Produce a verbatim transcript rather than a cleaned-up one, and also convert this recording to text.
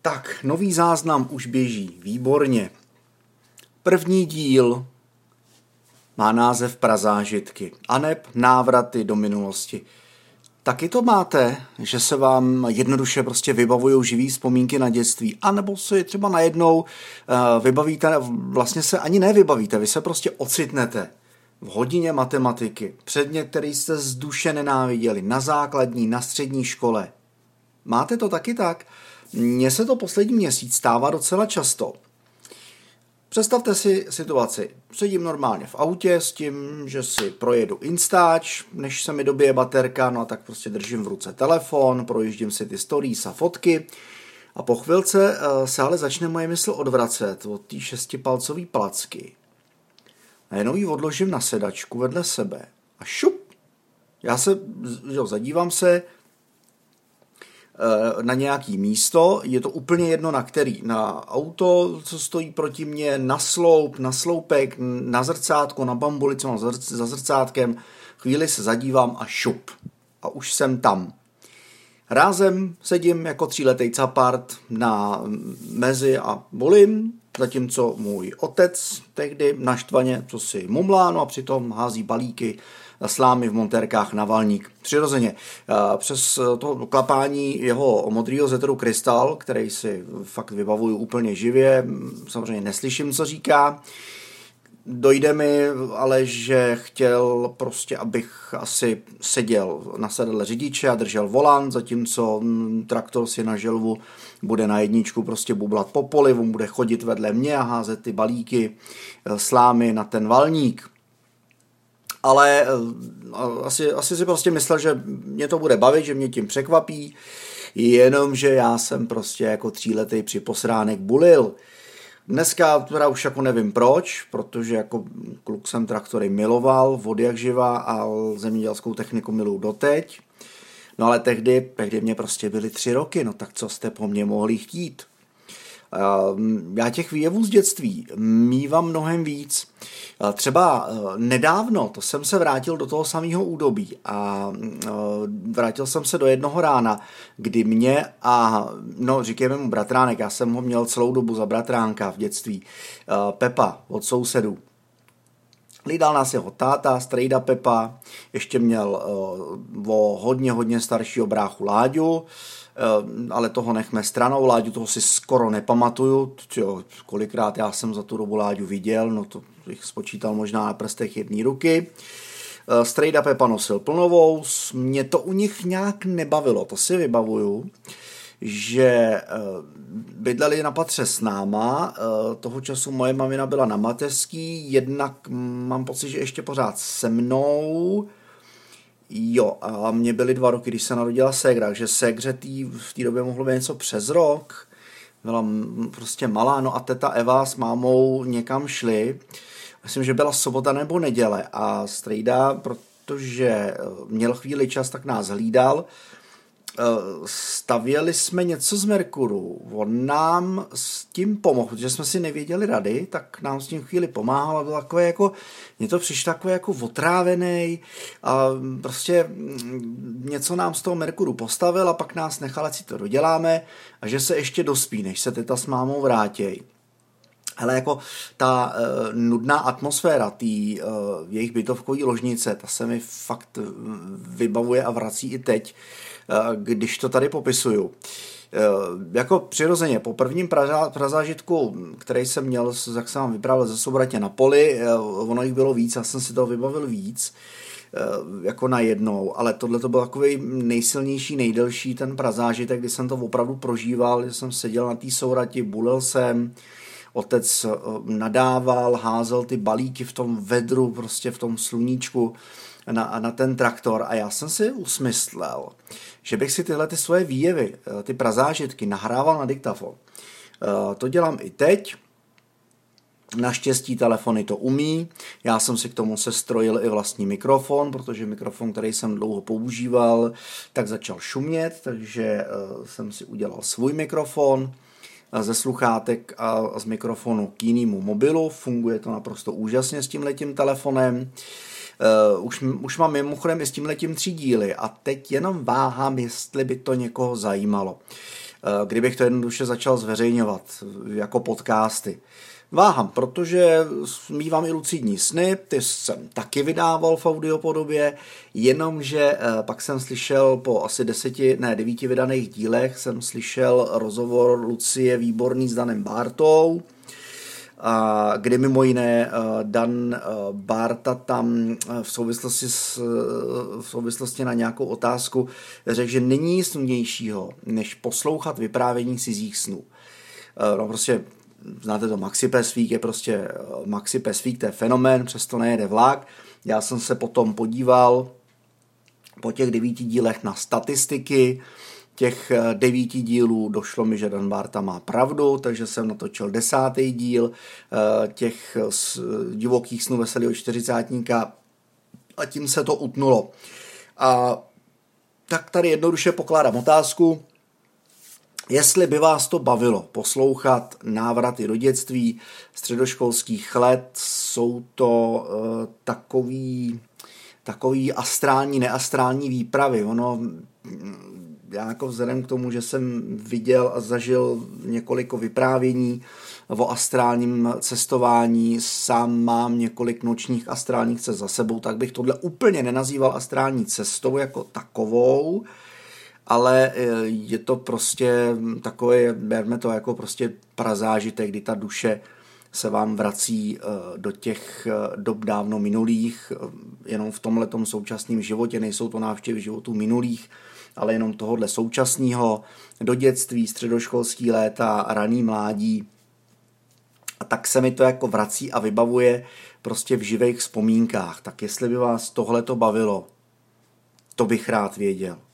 Tak, nový záznam už běží, výborně. První díl má název Prazážitky, aneb návraty do minulosti. Taky to máte, že se vám jednoduše prostě vybavují živý vzpomínky na dětství, anebo si třeba najednou uh, vybavíte, vlastně se ani nevybavíte, vy se prostě ocitnete v hodině matematiky, předmět, který jste z duše nenáviděli, na základní, na střední škole. Máte to taky tak? Mně se to poslední měsíc stává docela často. Představte si situaci. Sedím normálně v autě s tím, že si projedu Instač, než se mi dobije baterka, no a tak prostě držím v ruce telefon, projíždím si ty stories a fotky a po chvilce se ale začne moje mysl odvracet od té šestipalcové placky. Najednou ji odložím na sedačku vedle sebe a šup. Já se, jo, zadívám se na nějaký místo, je to úplně jedno na který, na auto, co stojí proti mně, na sloup, na sloupek, na zrcátko, na bambuli, co mám za zrcátkem, chvíli se zadívám a šup. A už jsem tam. Rázem sedím jako tříletej capart na mezi a bolím, zatímco můj otec tehdy naštvaně co si mumlá, no a přitom hází balíky slámy v montérkách na valník. Přirozeně. Přes to klapání jeho modrýho zeteru Krystal, který si fakt vybavuju úplně živě, samozřejmě neslyším, co říká. Dojde mi ale, že chtěl prostě, abych asi seděl na sedadle řidiče a držel volant, zatímco traktor si na želvu bude na jedničku prostě bublat po poli, on bude chodit vedle mě a házet ty balíky slámy na ten valník. Ale asi, asi si prostě myslel, že mě to bude bavit, že mě tím překvapí, jenomže já jsem prostě jako tříletej připosránek bulil. Dneska teda už jako nevím proč, protože jako kluk jsem traktory miloval, od jak živa a zemědělskou techniku miluju doteď. No ale tehdy, tehdy mě prostě byly tři roky, no tak co jste po mně mohli chtít? Já těch výjevů z dětství mívám mnohem víc. Třeba nedávno, to jsem se vrátil do toho samého údobí a vrátil jsem se do jednoho rána, kdy mě a, no říkejme mu bratránek, já jsem ho měl celou dobu za bratránka v dětství, Pepa od sousedů. Hlídal nás jeho táta, strejda Pepa, ještě měl o hodně, hodně staršího bráchu Láďu, ale toho nechme stranou, Láďu toho si skoro nepamatuju, jo, kolikrát já jsem za tu dobu Láďu viděl, no to bych spočítal možná na prstech jedné ruky. Strejda Pepa nosil plnovou, mě to u nich nějak nebavilo, to si vybavuju, že bydleli na patře s náma, toho času moje mamina byla na mateřský, jednak mám pocit, že ještě pořád se mnou. Jo, a mě byly dva roky, když se narodila ségra, takže ségře tý, v té době mohlo být něco přes rok, byla prostě malá, no a teta Eva s mámou někam šli, myslím, že byla sobota nebo neděle a strejda, protože měl chvíli čas, tak nás hlídal, stavěli jsme něco z Merkuru, on nám s tím pomohl, protože jsme si nevěděli rady, tak nám s tím chvíli pomáhal a byl takové jako, mně to přišlo takové jako otrávený a prostě něco nám z toho Merkuru postavil a pak nás nechal, ať si to doděláme a že se ještě dospí, než se teta s mámou vrátějí. Ale jako ta uh, nudná atmosféra té uh, jejich bytovkové ložnice, ta se mi fakt vybavuje a vrací i teď, uh, když to tady popisuju. Uh, jako přirozeně, po prvním praza, prazážitku, který jsem měl, jak jsem vám vyprávěl ze Sobratě na poli, uh, ono jich bylo víc, já jsem si toho vybavil víc, uh, jako najednou, ale tohle to byl takový nejsilnější, nejdelší ten prazážitek, kdy jsem to opravdu prožíval, že jsem seděl na té sourati, bulil jsem, otec nadával, házel ty balíky v tom vedru, prostě v tom sluníčku na, na ten traktor a já jsem si usmyslel, že bych si tyhle ty svoje výjevy, ty prazážitky nahrával na diktafon. To dělám i teď, naštěstí telefony to umí, já jsem si k tomu sestrojil i vlastní mikrofon, protože mikrofon, který jsem dlouho používal, tak začal šumět, takže jsem si udělal svůj mikrofon, ze sluchátek a z mikrofonu k jinému mobilu. Funguje to naprosto úžasně s tímhletím telefonem. Uh, už, už mám mimochodem i s tímhletím tři díly a teď jenom váhám, jestli by to někoho zajímalo. kdybych to jednoduše začal zveřejňovat jako podcasty. Váhám, protože mívám i lucidní sny, ty jsem taky vydával v audiopodobě, jenomže pak jsem slyšel po asi deseti, ne devíti vydaných dílech, jsem slyšel rozhovor Lucie Výborný s Danem Bártou, kdy mimo jiné Dan Bárta tam v souvislosti, s, v souvislosti na nějakou otázku řekl, že není nic nudnějšího, než poslouchat vyprávění cizích snů. No prostě znáte to, Maxi Pesvík je prostě Maxi Pesvík, to je fenomén, přesto nejede vlak. Já jsem se potom podíval po těch devíti dílech na statistiky těch devíti dílů, došlo mi, že Dan Bárta má pravdu, takže jsem natočil desátý díl těch divokých snů veselého čtyřicátníka a tím se to utnulo. A tak tady jednoduše pokládám otázku, jestli by vás to bavilo poslouchat návraty do dětství, středoškolských let, jsou to uh, takový, takový astrální, neastrální výpravy. Ono, já jako vzhledem k tomu, že jsem viděl a zažil několik vyprávění o astrálním cestování, sám mám několik nočních astrálních cest za sebou, tak bych tohle úplně nenazýval astrální cestou jako takovou, ale je to prostě takové, berme to jako prostě prazážitek, kdy ta duše se vám vrací do těch dob dávno minulých, jenom v tomhletom současném životě, nejsou to návštěvy životů minulých, ale jenom tohohle současného, do dětství, středoškolský léta, raný mládí. A tak se mi to jako vrací a vybavuje prostě v živých vzpomínkách. Tak jestli by vás tohleto bavilo, to bych rád věděl.